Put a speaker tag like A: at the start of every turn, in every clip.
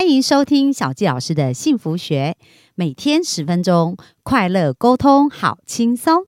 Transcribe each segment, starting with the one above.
A: 欢迎收听小纪老师的幸福学，每天10分钟，快乐沟通好轻松。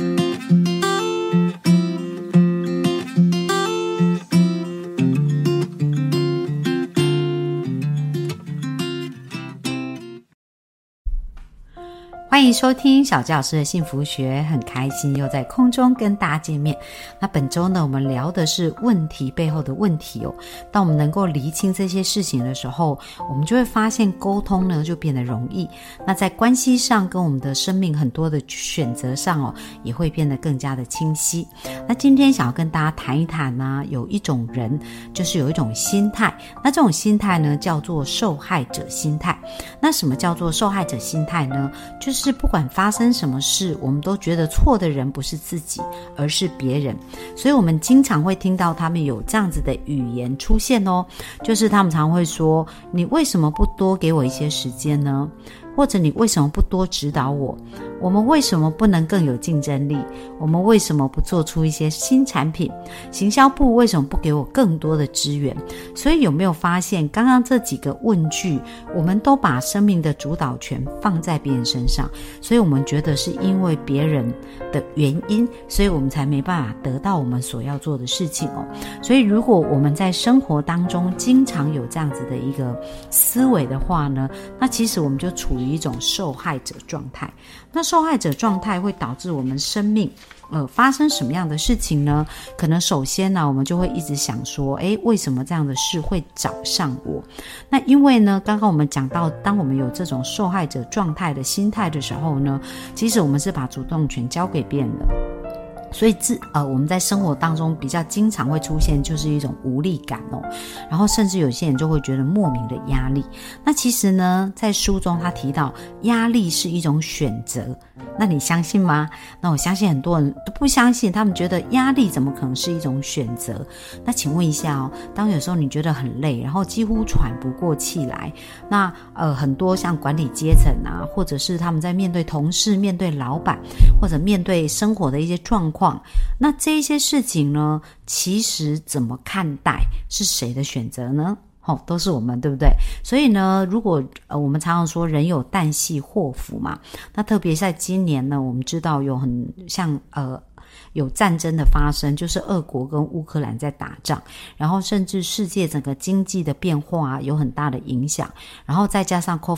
A: 欢迎收听小纪老师的幸福学，很开心又在空中跟大家见面。那本周呢，我们聊的是问题背后的问题哦。当我们能够厘清这些事情的时候，我们就会发现沟通呢就变得容易。那在关系上跟我们的生命很多的选择上哦，也会变得更加的清晰。那今天想要跟大家谈一谈呢，有一种人就是有一种心态，那这种心态呢叫做受害者心态。那什么叫做受害者心态呢？就是不管发生什么事，我们都觉得错的人不是自己，而是别人。所以我们经常会听到他们有这样子的语言出现哦，就是他们常会说，你为什么不多给我一些时间呢？或者你为什么不多指导我？我们为什么不能更有竞争力？我们为什么不做出一些新产品？行销部为什么不给我更多的资源？所以有没有发现刚刚这几个问句，我们都把生命的主导权放在别人身上，所以我们觉得是因为别人的原因，所以我们才没办法得到我们所要做的事情哦。所以如果我们在生活当中经常有这样子的一个思维的话呢，那其实我们就处于一种受害者状态。那受害者状态会导致我们生命发生什么样的事情呢？可能首先呢，我们就会一直想说，为什么这样的事会找上我？那因为呢，刚刚我们讲到，当我们有这种受害者状态的心态的时候呢，其实我们是把主动权交给别人的。所以我们在生活当中比较经常会出现就是一种无力感哦，然后甚至有些人就会觉得莫名的压力。那其实呢，在书中他提到压力是一种选择，那你相信吗？那我相信很多人都不相信，他们觉得压力怎么可能是一种选择？那请问一下哦，当有时候你觉得很累，然后几乎喘不过气来，那很多像管理阶层啊，或者是他们在面对同事、面对老板，或者面对生活的一些状况，那这一些事情呢，其实怎么看待是谁的选择呢？都是我们，对不对？所以呢，如果我们常常说人有旦夕祸福嘛，那特别在今年呢，我们知道有很像有战争的发生，就是俄国跟乌克兰在打仗，然后甚至世界整个经济的变化有很大的影响，然后再加上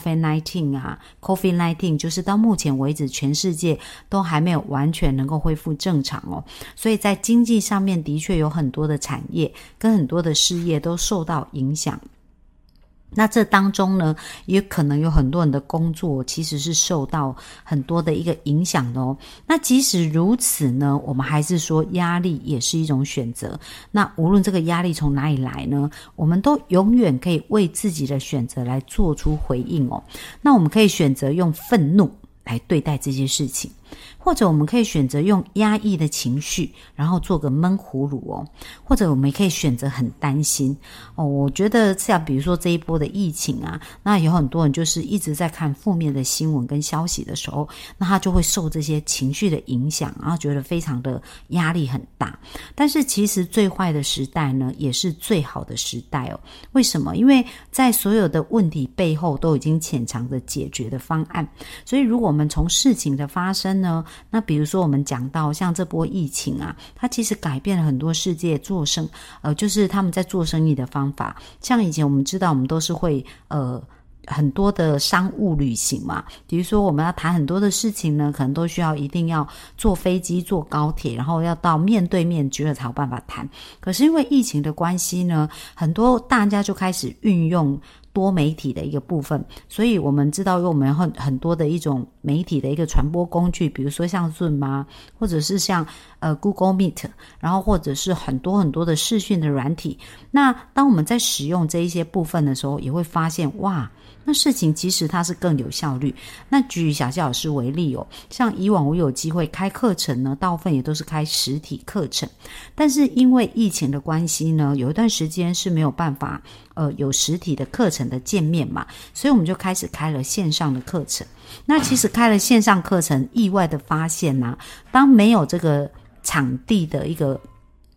A: COVID-19 就是到目前为止全世界都还没有完全能够恢复正常哦，所以在经济上面的确有很多的产业跟很多的事业都受到影响。那这当中呢，也可能有很多人的工作其实是受到很多的一个影响的哦。那即使如此呢，我们还是说压力也是一种选择。那无论这个压力从哪里来呢，我们都永远可以为自己的选择来做出回应哦。那我们可以选择用愤怒来对待这些事情，或者我们可以选择用压抑的情绪，然后做个闷葫芦哦，或者我们也可以选择很担心哦。我觉得像比如说这一波的疫情啊，那有很多人就是一直在看负面的新闻跟消息的时候，那他就会受这些情绪的影响，然后觉得非常的压力很大。但是其实最坏的时代呢，也是最好的时代哦。为什么？因为在所有的问题背后都已经潜藏着解决的方案。所以如果我们从事情的发生呢，那比如说我们讲到像这波疫情啊，它其实改变了很多世界就是他们在做生意的方法。像以前我们知道我们都是会很多的商务旅行嘛，比如说我们要谈很多的事情呢，可能都需要一定要坐飞机坐高铁，然后要到面对面觉得才有办法谈。可是因为疫情的关系呢，很多大家就开始运用多媒体的一个部分，所以我们知道我们很多的一种媒体的一个传播工具，比如说像 Zoom 啊，或者是像Google Meet， 然后或者是很多很多的视讯的软体。那当我们在使用这一些部分的时候，也会发现哇，那事情其实它是更有效率。那举小纪老师为例哦，像以往我有机会开课程呢，大部分也都是开实体课程，但是因为疫情的关系呢，有一段时间是没有办法有实体的课程的见面嘛，所以我们就开始开了线上的课程。那其实开了线上课程，意外的发现啊，当没有这个场地的一个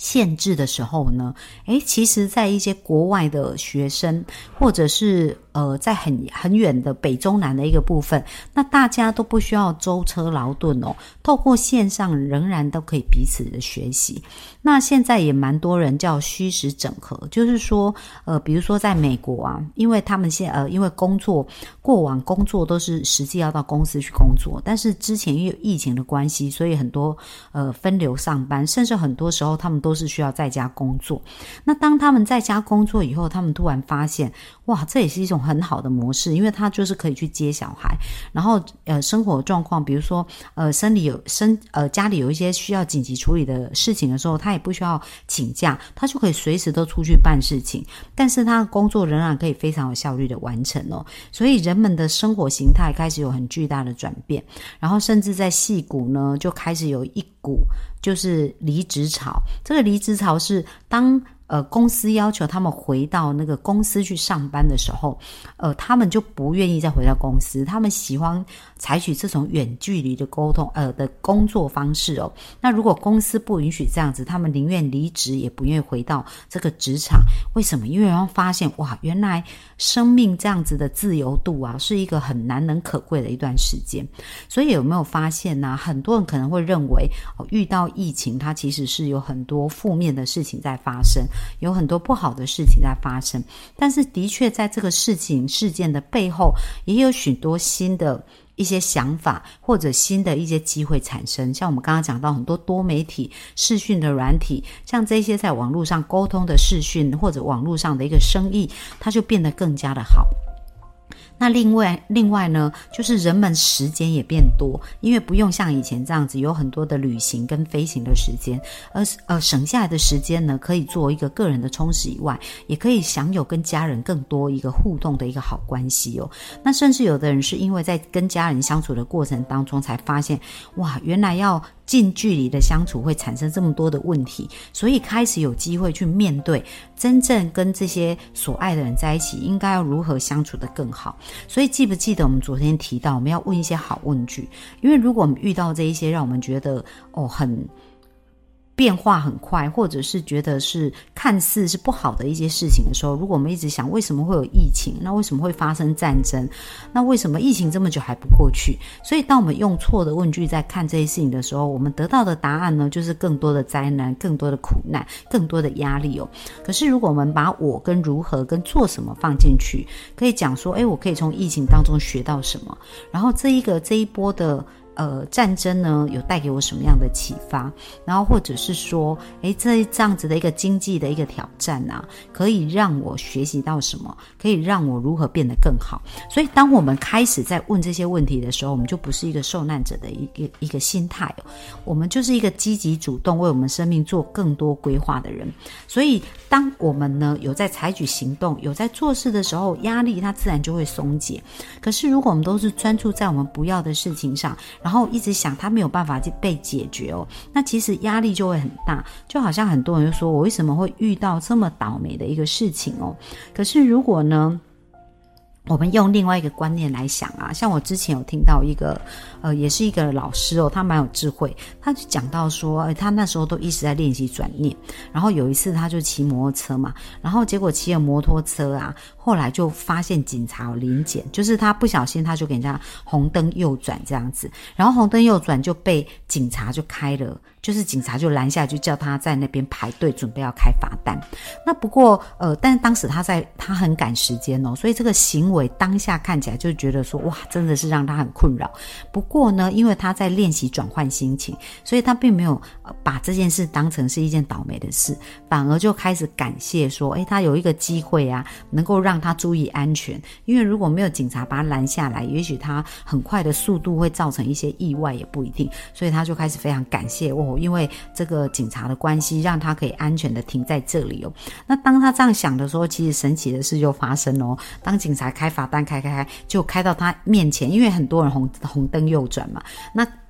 A: 限制的时候呢，其实在一些国外的学生，或者是在很远的北中南的一个部分，那大家都不需要舟车劳顿哦，透过线上仍然都可以彼此的学习。那现在也蛮多人叫虚实整合，就是说比如说在美国啊，因为他们因为过往工作都是实际要到公司去工作，但是之前因为有疫情的关系，所以很多分流上班，甚至很多时候他们都是需要在家工作。那当他们在家工作以后，他们突然发现，哇，这也是一种很好的模式，因为他就是可以去接小孩，然后生活状况，比如说家里有一些需要紧急处理的事情的时候，他也不需要请假，他就可以随时都出去办事情，但是他的工作仍然可以非常有效率的完成哦。所以人们的生活形态开始有很巨大的转变，然后甚至在矽谷呢，就开始有一股就是离职潮。这个离职潮是当公司要求他们回到那个公司去上班的时候，他们就不愿意再回到公司，他们喜欢采取这种远距离的沟通的工作方式哦。那如果公司不允许这样子，他们宁愿离职也不愿意回到这个职场。为什么？因为他们发现，哇，原来生命这样子的自由度啊，是一个很难能可贵的一段时间。所以有没有发现呢？很多人可能会认为遇到疫情它其实是有很多负面的事情在发生，有很多不好的事情在发生，但是的确在这个事件的背后，也有许多新的一些想法或者新的一些机会产生。像我们刚刚讲到很多多媒体视讯的软体，像这些在网络上沟通的视讯或者网络上的一个生意，它就变得更加的好。那另外呢，就是人们时间也变多，因为不用像以前这样子有很多的旅行跟飞行的时间，而省下来的时间呢，可以做一个个人的充实以外，也可以享有跟家人更多一个互动的一个好关系哦。那甚至有的人是因为在跟家人相处的过程当中才发现，哇，原来要近距离的相处会产生这么多的问题，所以开始有机会去面对真正跟这些所爱的人在一起应该要如何相处得更好。所以记不记得我们昨天提到我们要问一些好问句，因为如果我们遇到这一些让我们觉得很变化很快，或者是觉得是看似是不好的一些事情的时候，如果我们一直想为什么会有疫情，那为什么会发生战争，那为什么疫情这么久还不过去，所以当我们用错的问句在看这些事情的时候，我们得到的答案呢，就是更多的灾难，更多的苦难，更多的压力哦。可是如果我们把我跟如何跟做什么放进去，可以讲说我可以从疫情当中学到什么，然后这一波的战争呢有带给我什么样的启发，然后或者是说这样子的一个经济的一个挑战啊，可以让我学习到什么，可以让我如何变得更好。所以当我们开始在问这些问题的时候，我们就不是一个受难者的一个心态我们就是一个积极主动为我们生命做更多规划的人。所以当我们呢有在采取行动，有在做事的时候，压力它自然就会松解。可是如果我们都是专注在我们不要的事情上，然后一直想它没有办法被解决那其实压力就会很大。就好像很多人就说，我为什么会遇到这么倒霉的一个事情可是如果呢我们用另外一个观念来想啊，像我之前有听到一个也是一个老师他蛮有智慧，他就讲到说他那时候都一直在练习转念，然后有一次他就骑摩托车嘛，然后结果骑了摩托车啊，后来就发现警察有临检，就是他不小心他就给人家红灯右转这样子，然后红灯右转就被警察就开了，就是警察就拦下来，就叫他在那边排队准备要开罚单。那不过但是当时他很赶时间所以这个行为当下看起来就觉得说，哇，真的是让他很困扰。不过呢，因为他在练习转换心情，所以他并没有把这件事当成是一件倒霉的事，反而就开始感谢说他有一个机会啊，能够让他注意安全。因为如果没有警察把他拦下来，也许他很快的速度会造成一些意外也不一定，所以他就开始非常感谢因为这个警察的关系让他可以安全的停在这里那当他这样想的时候，其实神奇的事就发生当警察开罚单开就开到他面前，因为很多人红灯右转嘛，那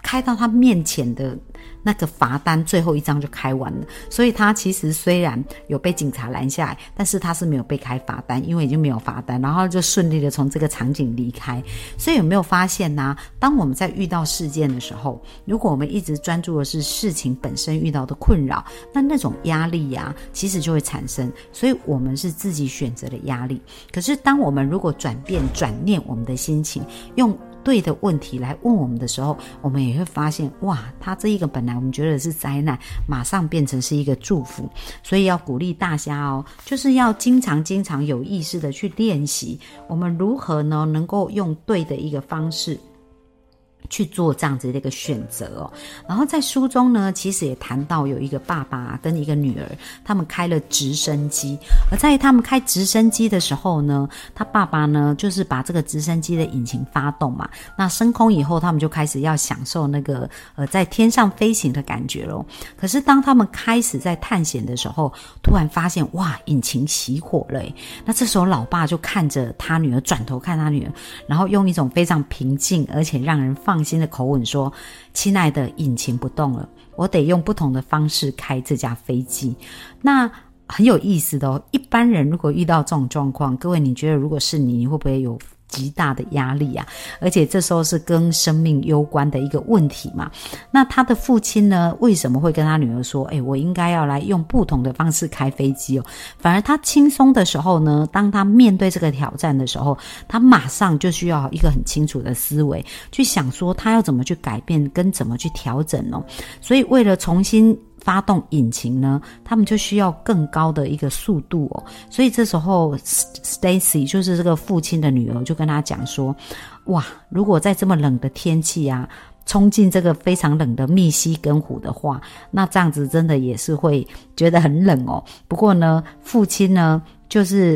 A: 开到他面前的那个罚单最后一张就开完了，所以他其实虽然有被警察拦下来，但是他是没有被开罚单，因为已经没有罚单，然后就顺利的从这个场景离开。所以有没有发现呢？当我们在遇到事件的时候，如果我们一直专注的是事情本身遇到的困扰，那种压力啊其实就会产生，所以我们是自己选择的压力。可是当我们如果转念我们的心情，用对的问题来问我们的时候，我们也会发现，哇，他这一个本来我们觉得是灾难，马上变成是一个祝福。所以要鼓励大家哦，就是要经常有意识的去练习，我们如何呢能够用对的一个方式去做这样子的一个选择哦。然后在书中呢，其实也谈到有一个爸爸跟一个女儿，他们开了直升机，而在他们开直升机的时候呢，他爸爸呢就是把这个直升机的引擎发动嘛，那升空以后他们就开始要享受那个在天上飞行的感觉咯。可是当他们开始在探险的时候，突然发现哇，引擎熄火了耶。那这时候老爸就看着他女儿，转头看他女儿，然后用一种非常平静而且让人放心的口吻说，亲爱的，引擎不动了，我得用不同的方式开这架飞机。那很有意思的哦，一般人如果遇到这种状况，各位你觉得如果是你会不会有极大的压力啊？而且这时候是跟生命攸关的一个问题嘛。那他的父亲呢，为什么会跟他女儿说我应该要来用不同的方式开飞机哦？反而他轻松的时候呢，当他面对这个挑战的时候，他马上就需要一个很清楚的思维去想说他要怎么去改变跟怎么去调整哦。所以为了重新发动引擎呢，他们就需要更高的一个速度哦。所以这时候 Stacy 就是这个父亲的女儿就跟他讲说，哇，如果在这么冷的天气啊，冲进这个非常冷的密西根湖的话，那这样子真的也是会觉得很冷哦。不过呢，父亲呢就是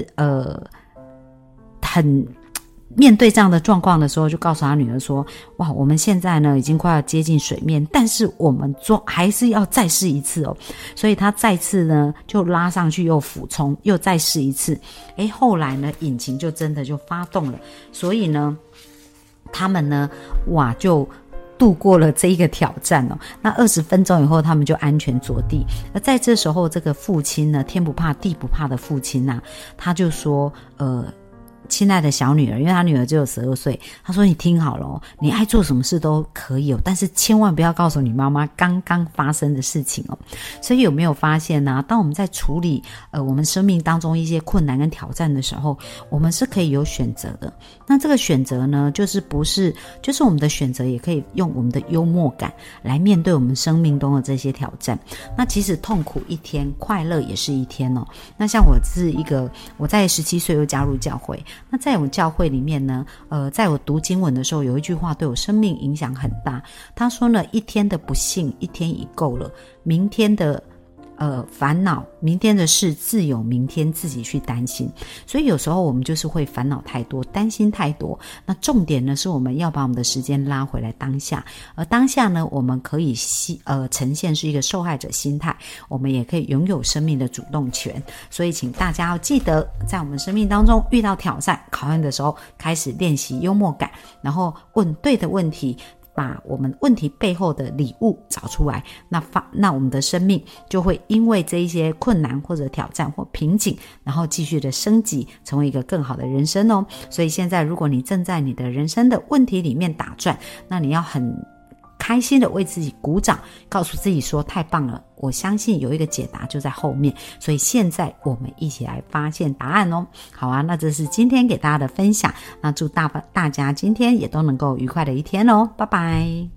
A: 很面对这样的状况的时候，就告诉他女儿说，哇，我们现在呢已经快要接近水面，但是我们还是要再试一次哦。所以他再次呢就拉上去又俯冲，又再试一次。后来呢引擎就真的就发动了，所以呢他们呢哇就度过了这一个挑战哦。那20分钟以后他们就安全着地。而在这时候，这个父亲呢，天不怕地不怕的父亲啊，他就说亲爱的小女儿，因为她女儿只有12岁，她说你听好了哦，你爱做什么事都可以哦，但是千万不要告诉你妈妈刚刚发生的事情哦。所以有没有发现呢？当我们在处理我们生命当中一些困难跟挑战的时候，我们是可以有选择的。那这个选择呢，就是我们的选择也可以用我们的幽默感来面对我们生命中的这些挑战。那其实痛苦一天，快乐也是一天哦。那像我在17岁又加入教会。那在我们教会里面呢，在我读经文的时候，有一句话对我生命影响很大。他说呢，一天的不幸，一天已够了，明天的烦恼，明天的事自有明天自己去担心。所以有时候我们就是会烦恼太多，担心太多。那重点呢，是我们要把我们的时间拉回来当下。而当下呢，我们可以呈现是一个受害者心态，我们也可以拥有生命的主动权。所以请大家要记得，在我们生命当中遇到挑战考验的时候，开始练习幽默感，然后问对的问题，把我们问题背后的礼物找出来，那我们的生命就会因为这一些困难或者挑战或瓶颈，然后继续的升级，成为一个更好的人生哦。所以现在如果你正在你的人生的问题里面打转，那你要很开心的为自己鼓掌，告诉自己说太棒了，我相信有一个解答就在后面。所以现在我们一起来发现答案哦。好啊，那这是今天给大家的分享，那祝大家今天也都能够愉快的一天哦，拜拜。